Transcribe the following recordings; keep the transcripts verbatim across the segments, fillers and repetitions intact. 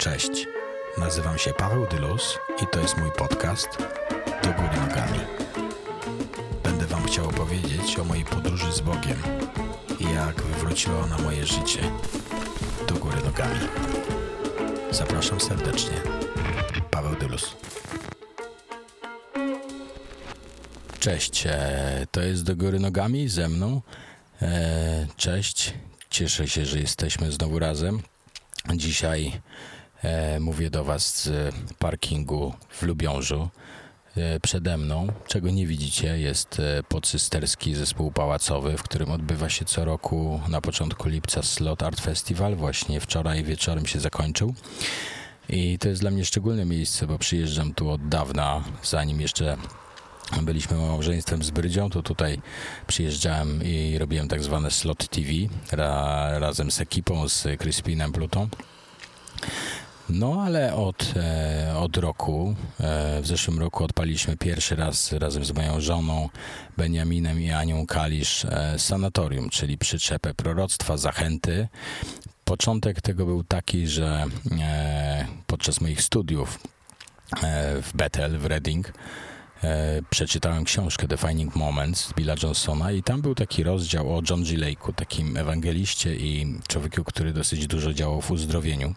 Cześć, nazywam się Paweł Dylus i to jest mój podcast Do Góry Nogami. Będę wam chciał opowiedzieć o mojej podróży z Bogiem i jak wywróciła ona moje życie do góry nogami. Zapraszam serdecznie. Paweł Dylus. Cześć, to jest Do Góry Nogami ze mną. Cześć, cieszę się, że jesteśmy znowu razem. Dzisiaj e, mówię do was z parkingu w Lubiążu. E, przede mną, czego nie widzicie, jest e, podsysterski zespół pałacowy, w którym odbywa się co roku na początku lipca Slot Art Festival. Właśnie wczoraj wieczorem się zakończył. I to jest dla mnie szczególne miejsce, bo przyjeżdżam tu od dawna, zanim jeszcze byliśmy małżeństwem z Brydzią, to tutaj przyjeżdżałem i robiłem tak zwane Slot T V ra, razem z ekipą, z Crispinem Plutą. No ale od, e, od roku, e, w zeszłym roku odpaliliśmy pierwszy raz razem z moją żoną Beniaminem i Anią Kalisz e, sanatorium, czyli przyczepę proroctwa, zachęty. Początek tego był taki, że e, podczas moich studiów e, w Bethel, w Reading, E, przeczytałem książkę Defining Moments Billa Johnsona i tam był taki rozdział o John G. Lake'u, takim ewangeliście i człowieku, który dosyć dużo działał w uzdrowieniu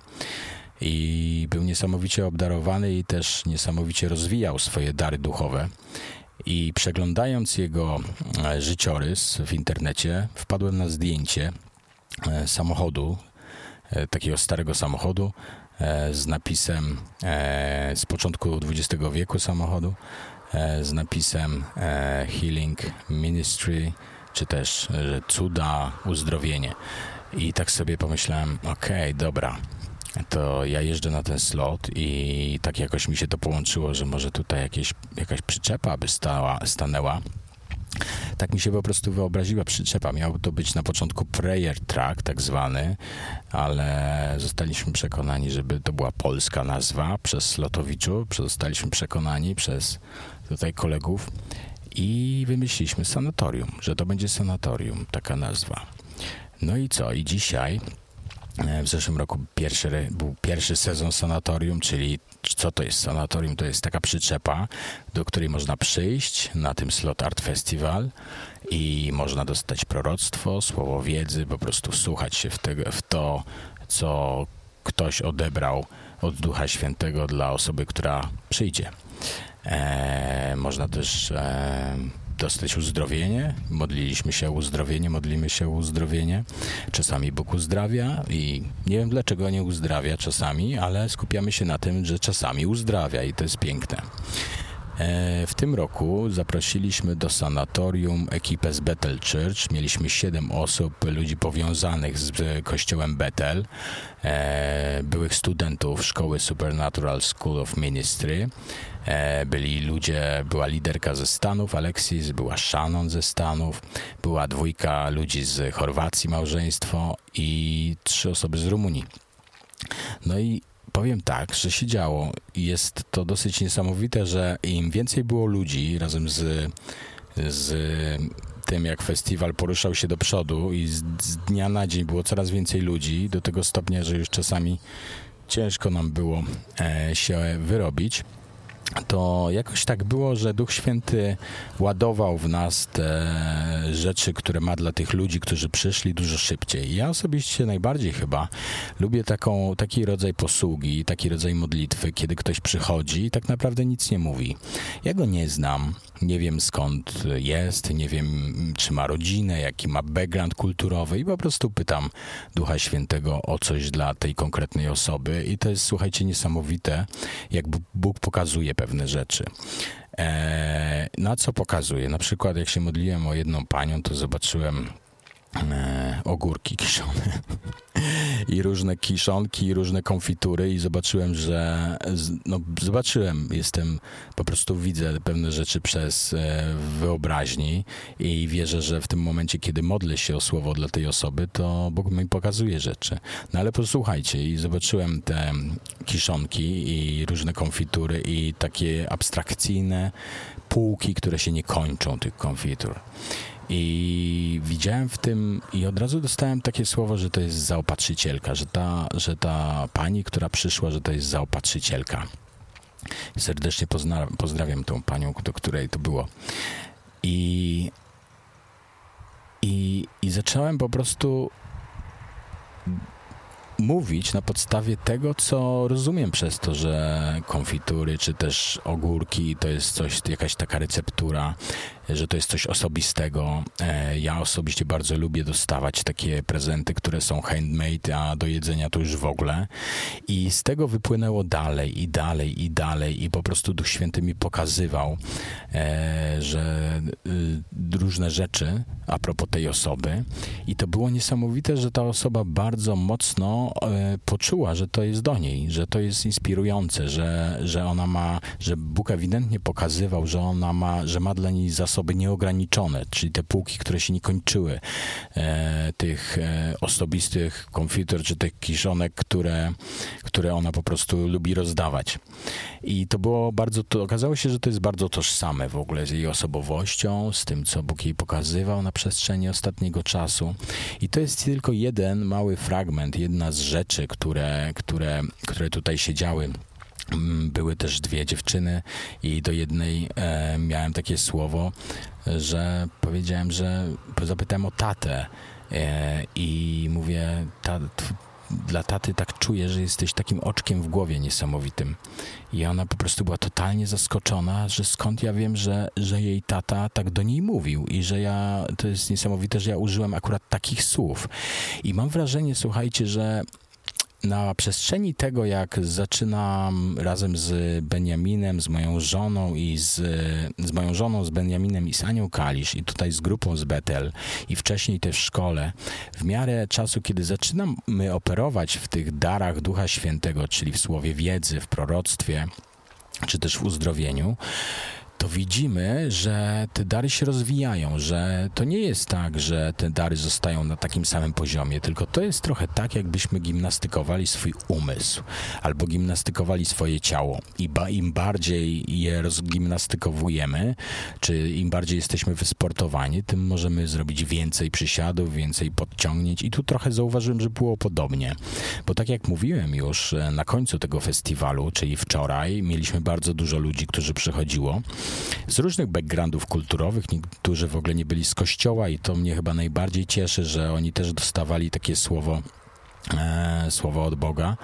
i był niesamowicie obdarowany i też niesamowicie rozwijał swoje dary duchowe. I przeglądając jego e, życiorys w internecie, wpadłem na zdjęcie e, samochodu, e, takiego starego samochodu e, z napisem e, z początku dwudziestego wieku samochodu, z napisem e, Healing Ministry, czy też że cuda, uzdrowienie. I tak sobie pomyślałem, okej, okay, dobra, to ja jeżdżę na ten slot i tak jakoś mi się to połączyło, że może tutaj jakieś, jakaś przyczepa by stała, stanęła. Tak mi się po prostu wyobraziła przyczepa. Miał to być na początku prayer track tak zwany, ale zostaliśmy przekonani, żeby to była polska nazwa przez Slotowiczu. Zostaliśmy przekonani przez tutaj kolegów i wymyśliliśmy sanatorium, że to będzie sanatorium, taka nazwa. No i co? I dzisiaj w zeszłym roku pierwszy, był pierwszy sezon sanatorium, czyli co to jest sanatorium? To jest taka przyczepa, do której można przyjść na tym Slot Art Festival i można dostać proroctwo, słowo wiedzy, po prostu słuchać się w, tego, w to, co ktoś odebrał od Ducha Świętego dla osoby, która przyjdzie. Eee, można też e, dostać uzdrowienie. Modliliśmy się o uzdrowienie, modlimy się o uzdrowienie. Czasami Bóg uzdrawia i nie wiem dlaczego nie uzdrawia czasami, ale skupiamy się na tym, że czasami uzdrawia i to jest piękne. E, w tym roku zaprosiliśmy do sanatorium ekipę z Bethel Church. Mieliśmy siedem osób, ludzi powiązanych z kościołem Bethel, e, byłych studentów szkoły Supernatural School of Ministry. Byli ludzie, była liderka ze Stanów, Alexis, była Shannon ze Stanów, była dwójka ludzi z Chorwacji, małżeństwo i trzy osoby z Rumunii. No i powiem tak, że się działo. Jest to dosyć niesamowite, że im więcej było ludzi razem z, z tym, jak festiwal poruszał się do przodu i z, z dnia na dzień było coraz więcej ludzi, do tego stopnia, że już czasami ciężko nam było e, się wyrobić. To jakoś tak było, że Duch Święty ładował w nas te rzeczy, które ma dla tych ludzi, którzy przyszli dużo szybciej. Ja osobiście najbardziej chyba lubię taką, taki rodzaj posługi, taki rodzaj modlitwy, kiedy ktoś przychodzi i tak naprawdę nic nie mówi. Ja go nie znam, nie wiem skąd jest, nie wiem czy ma rodzinę, jaki ma background kulturowy i po prostu pytam Ducha Świętego o coś dla tej konkretnej osoby i to jest, słuchajcie, niesamowite, jak Bóg pokazuje pewne rzeczy. E, na co pokazuje? Na przykład jak się modliłem o jedną panią, to zobaczyłem e, ogórki kiszone i różne kiszonki, i różne konfitury i zobaczyłem, że no zobaczyłem, jestem, po prostu widzę pewne rzeczy przez e, wyobraźni i wierzę, że w tym momencie, kiedy modlę się o słowo dla tej osoby, to Bóg mi pokazuje rzeczy. No ale posłuchajcie, i zobaczyłem te kiszonki i różne konfitury i takie abstrakcyjne półki, które się nie kończą, tych konfitur. I widziałem w tym i od razu dostałem takie słowo, że to jest zaopatrzycielka, że ta, że ta pani, która przyszła, że to jest zaopatrzycielka. Serdecznie pozna, pozdrawiam tą panią, do której to było. I, i, i zacząłem po prostu mówić na podstawie tego, co rozumiem przez to, że konfitury czy też ogórki to jest coś, jakaś taka receptura, że to jest coś osobistego. Ja osobiście bardzo lubię dostawać takie prezenty, które są handmade, a do jedzenia to już w ogóle. I z tego wypłynęło dalej i dalej i dalej i po prostu Duch Święty mi pokazywał, że różne rzeczy a propos tej osoby i to było niesamowite, że ta osoba bardzo mocno poczuła, że to jest do niej, że to jest inspirujące, że, że ona ma, że Bóg ewidentnie pokazywał, że ona ma, że ma dla niej zasoby nieograniczone, czyli te półki, które się nie kończyły, e, tych e, osobistych konfitur, czy tych kiszonek, które, które ona po prostu lubi rozdawać. I to było bardzo, to okazało się, że to jest bardzo tożsame w ogóle z jej osobowością, z tym, co Bóg jej pokazywał na przestrzeni ostatniego czasu. I to jest tylko jeden mały fragment, jedna z rzeczy, które, które, które tutaj się działy. Były też dwie dziewczyny i do jednej e, miałem takie słowo, że powiedziałem, że zapytałem o tatę e, i mówię, ta, t, dla taty tak czuję, że jesteś takim oczkiem w głowie niesamowitym. I ona po prostu była totalnie zaskoczona, że skąd ja wiem, że, że jej tata tak do niej mówił i że ja, to jest niesamowite, że ja użyłem akurat takich słów. I mam wrażenie, słuchajcie, że na przestrzeni tego, jak zaczynam razem z Beniaminem, z moją żoną i z, z moją żoną, z Beniaminem i z Anią Kalisz i tutaj z grupą z Betel i wcześniej też w szkole, w miarę czasu, kiedy zaczynamy operować w tych darach Ducha Świętego, czyli w słowie wiedzy, w proroctwie, czy też w uzdrowieniu, to widzimy, że te dary się rozwijają, że to nie jest tak, że te dary zostają na takim samym poziomie, tylko to jest trochę tak, jakbyśmy gimnastykowali swój umysł albo gimnastykowali swoje ciało i ba, im bardziej je rozgimnastykowujemy, czy im bardziej jesteśmy wysportowani, tym możemy zrobić więcej przysiadów, więcej podciągnięć i tu trochę zauważyłem, że było podobnie, bo tak jak mówiłem już na końcu tego festiwalu, czyli wczoraj, mieliśmy bardzo dużo ludzi, którzy przychodziło z różnych backgroundów kulturowych, niektórzy w ogóle nie byli z kościoła i to mnie chyba najbardziej cieszy, że oni też dostawali takie słowo, e, słowo od Boga.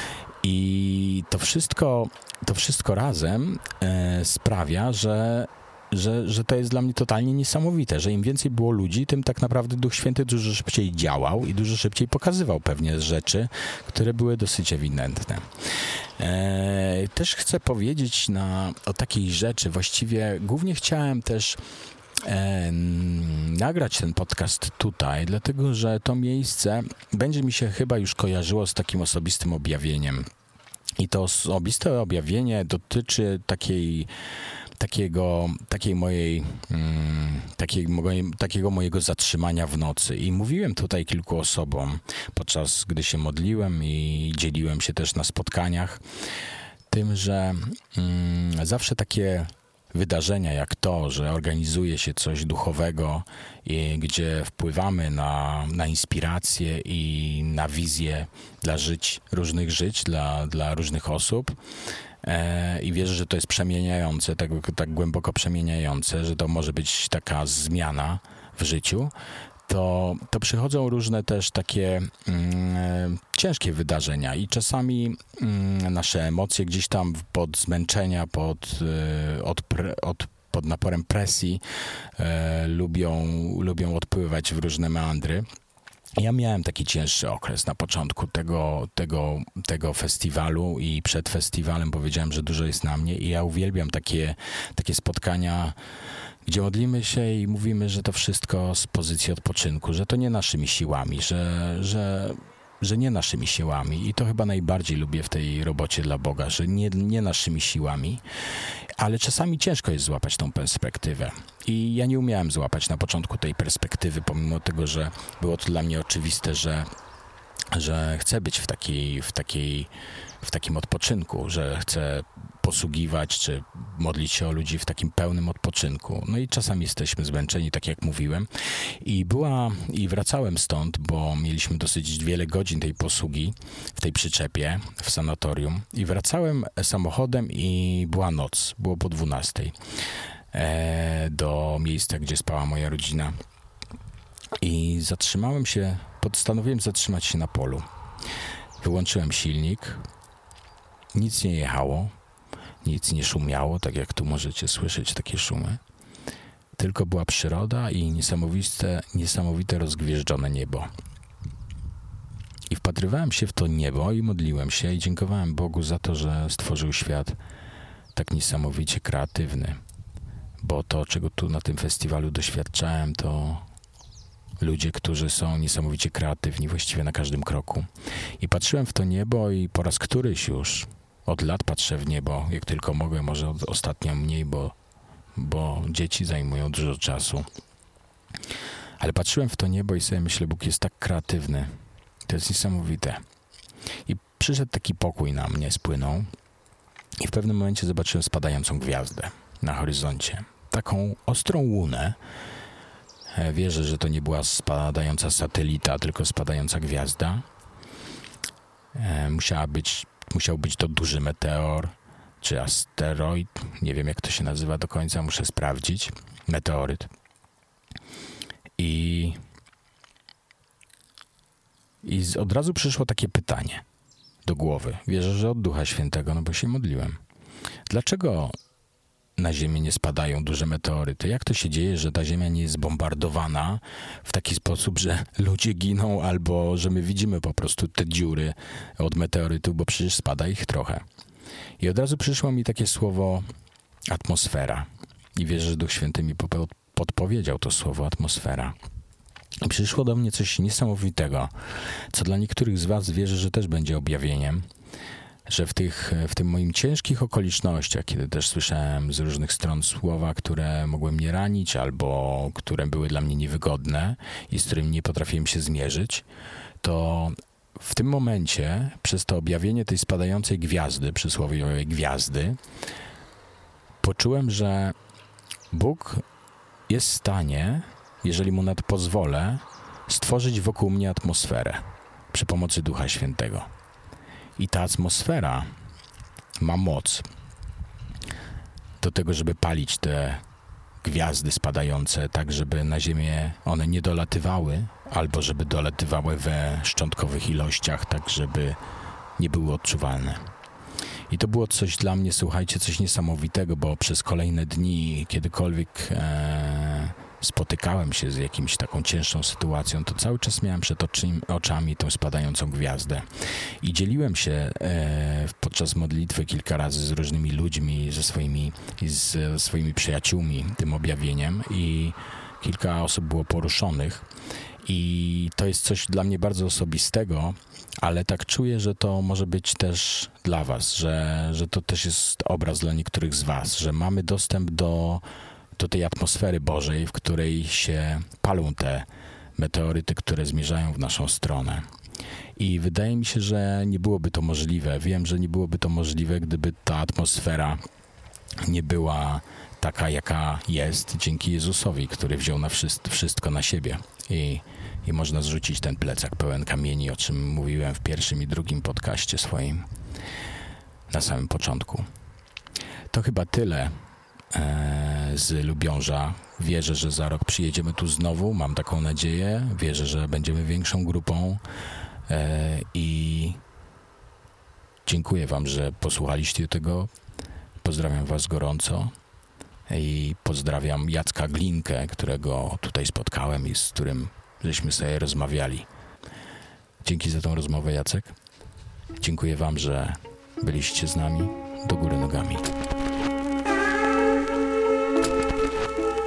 I to wszystko, to wszystko razem e, sprawia, że Że, że to jest dla mnie totalnie niesamowite, że im więcej było ludzi, tym tak naprawdę Duch Święty dużo szybciej działał i dużo szybciej pokazywał pewnie rzeczy, które były dosyć ewidentne. E, też chcę powiedzieć na, o takiej rzeczy, właściwie głównie chciałem też e, nagrać ten podcast tutaj, dlatego że to miejsce będzie mi się chyba już kojarzyło z takim osobistym objawieniem. I to osobiste objawienie dotyczy takiej takiego, takiej mojej, mm, takiej, takiego mojego zatrzymania w nocy. I mówiłem tutaj kilku osobom, podczas gdy się modliłem i dzieliłem się też na spotkaniach, tym, że mm, zawsze takie wydarzenia jak to, że organizuje się coś duchowego, i gdzie wpływamy na, na inspirację i na wizję dla żyć, różnych żyć, dla, dla różnych osób, i wierzę, że to jest przemieniające, tak, tak głęboko przemieniające, że to może być taka zmiana w życiu, to, to przychodzą różne też takie mm, ciężkie wydarzenia i czasami mm, nasze emocje gdzieś tam pod zmęczenia, pod, od, od pod naporem presji e, lubią, lubią odpływać w różne meandry. Ja miałem taki cięższy okres na początku tego, tego, tego festiwalu i przed festiwalem powiedziałem, że dużo jest na mnie i ja uwielbiam takie, takie spotkania, gdzie modlimy się i mówimy, że to wszystko z pozycji odpoczynku, że to nie naszymi siłami, że, że, że nie naszymi siłami i to chyba najbardziej lubię w tej robocie dla Boga, że nie, nie naszymi siłami, ale czasami ciężko jest złapać tą perspektywę. I ja nie umiałem złapać na początku tej perspektywy, pomimo tego, że było to dla mnie oczywiste, że, że chcę być w takiej, w takiej, w takim odpoczynku, że chcę posługiwać czy modlić się o ludzi w takim pełnym odpoczynku. No i czasami jesteśmy zmęczeni, tak jak mówiłem. I była, i wracałem stąd, bo mieliśmy dosyć wiele godzin tej posługi w tej przyczepie, w sanatorium. I wracałem samochodem i była noc, było po dwunastej, e, do miejsca, gdzie spała moja rodzina. I zatrzymałem się, postanowiłem zatrzymać się na polu. Wyłączyłem silnik, nic nie jechało, nic nie szumiało, tak jak tu możecie słyszeć takie szumy. Tylko była przyroda i niesamowite, niesamowite rozgwieżdżone niebo. I wpatrywałem się w to niebo i modliłem się i dziękowałem Bogu za to, że stworzył świat tak niesamowicie kreatywny. Bo to, czego tu na tym festiwalu doświadczałem, to ludzie, którzy są niesamowicie kreatywni właściwie na każdym kroku. I patrzyłem w to niebo i po raz któryś już od lat patrzę w niebo, jak tylko mogę, może od, ostatnio mniej, bo, bo dzieci zajmują dużo czasu. Ale patrzyłem w to niebo i sobie myślę, Bóg jest tak kreatywny. To jest niesamowite. I przyszedł taki pokój na mnie, spłynął i w pewnym momencie zobaczyłem spadającą gwiazdę na horyzoncie. Taką ostrą łunę. Wierzę, że to nie była spadająca satelita, tylko spadająca gwiazda. Musiała być, musiał być to duży meteor, czy asteroid. Nie wiem, jak to się nazywa do końca, muszę sprawdzić. Meteoryt. I, i od razu przyszło takie pytanie do głowy. Wierzę, że od Ducha Świętego, no bo się modliłem. Dlaczego na Ziemię nie spadają duże meteoryty? Jak to się dzieje, że ta Ziemia nie jest bombardowana w taki sposób, że ludzie giną, albo że my widzimy po prostu te dziury od meteorytów, bo przecież spada ich trochę. I od razu przyszło mi takie słowo atmosfera. I wierzę, że Duch Święty mi podpowiedział to słowo atmosfera. I przyszło do mnie coś niesamowitego, co dla niektórych z was wierzę, że też będzie objawieniem, że w tych, w tym moim ciężkich okolicznościach, kiedy też słyszałem z różnych stron słowa, które mogły mnie ranić albo które były dla mnie niewygodne i z którymi nie potrafiłem się zmierzyć, to w tym momencie, przez to objawienie tej spadającej gwiazdy, przysłowiowej gwiazdy, poczułem, że Bóg jest w stanie, jeżeli Mu na to pozwolę, stworzyć wokół mnie atmosferę przy pomocy Ducha Świętego. I ta atmosfera ma moc do tego, żeby palić te gwiazdy spadające, tak żeby na Ziemię one nie dolatywały, albo żeby dolatywały we szczątkowych ilościach, tak żeby nie były odczuwalne. I to było coś dla mnie, słuchajcie, coś niesamowitego, bo przez kolejne dni, kiedykolwiek e, spotykałem się z jakimś taką cięższą sytuacją, to cały czas miałem przed oczy, oczami tą spadającą gwiazdę. I dzieliłem się e, podczas modlitwy kilka razy z różnymi ludźmi, ze swoimi, z swoimi przyjaciółmi tym objawieniem i kilka osób było poruszonych. I to jest coś dla mnie bardzo osobistego, ale tak czuję, że to może być też dla was, że, że to też jest obraz dla niektórych z was, że mamy dostęp do, do tej atmosfery Bożej, w której się palą te meteoryty, które zmierzają w naszą stronę. I wydaje mi się, że nie byłoby to możliwe. Wiem, że nie byłoby to możliwe, gdyby ta atmosfera nie była taka, jaka jest, dzięki Jezusowi, który wziął na wszystko, wszystko na siebie. I, I można zrzucić ten plecak pełen kamieni, o czym mówiłem w pierwszym i drugim podcaście swoim na samym początku. To chyba tyle e, z Lubiąża. Wierzę, że za rok przyjedziemy tu znowu, mam taką nadzieję. Wierzę, że będziemy większą grupą e, i dziękuję wam, że posłuchaliście tego. Pozdrawiam was gorąco. I pozdrawiam Jacka Glinkę, którego tutaj spotkałem i z którym żeśmy sobie rozmawiali. Dzięki za tą rozmowę, Jacek. Dziękuję wam, że byliście z nami. Do góry nogami.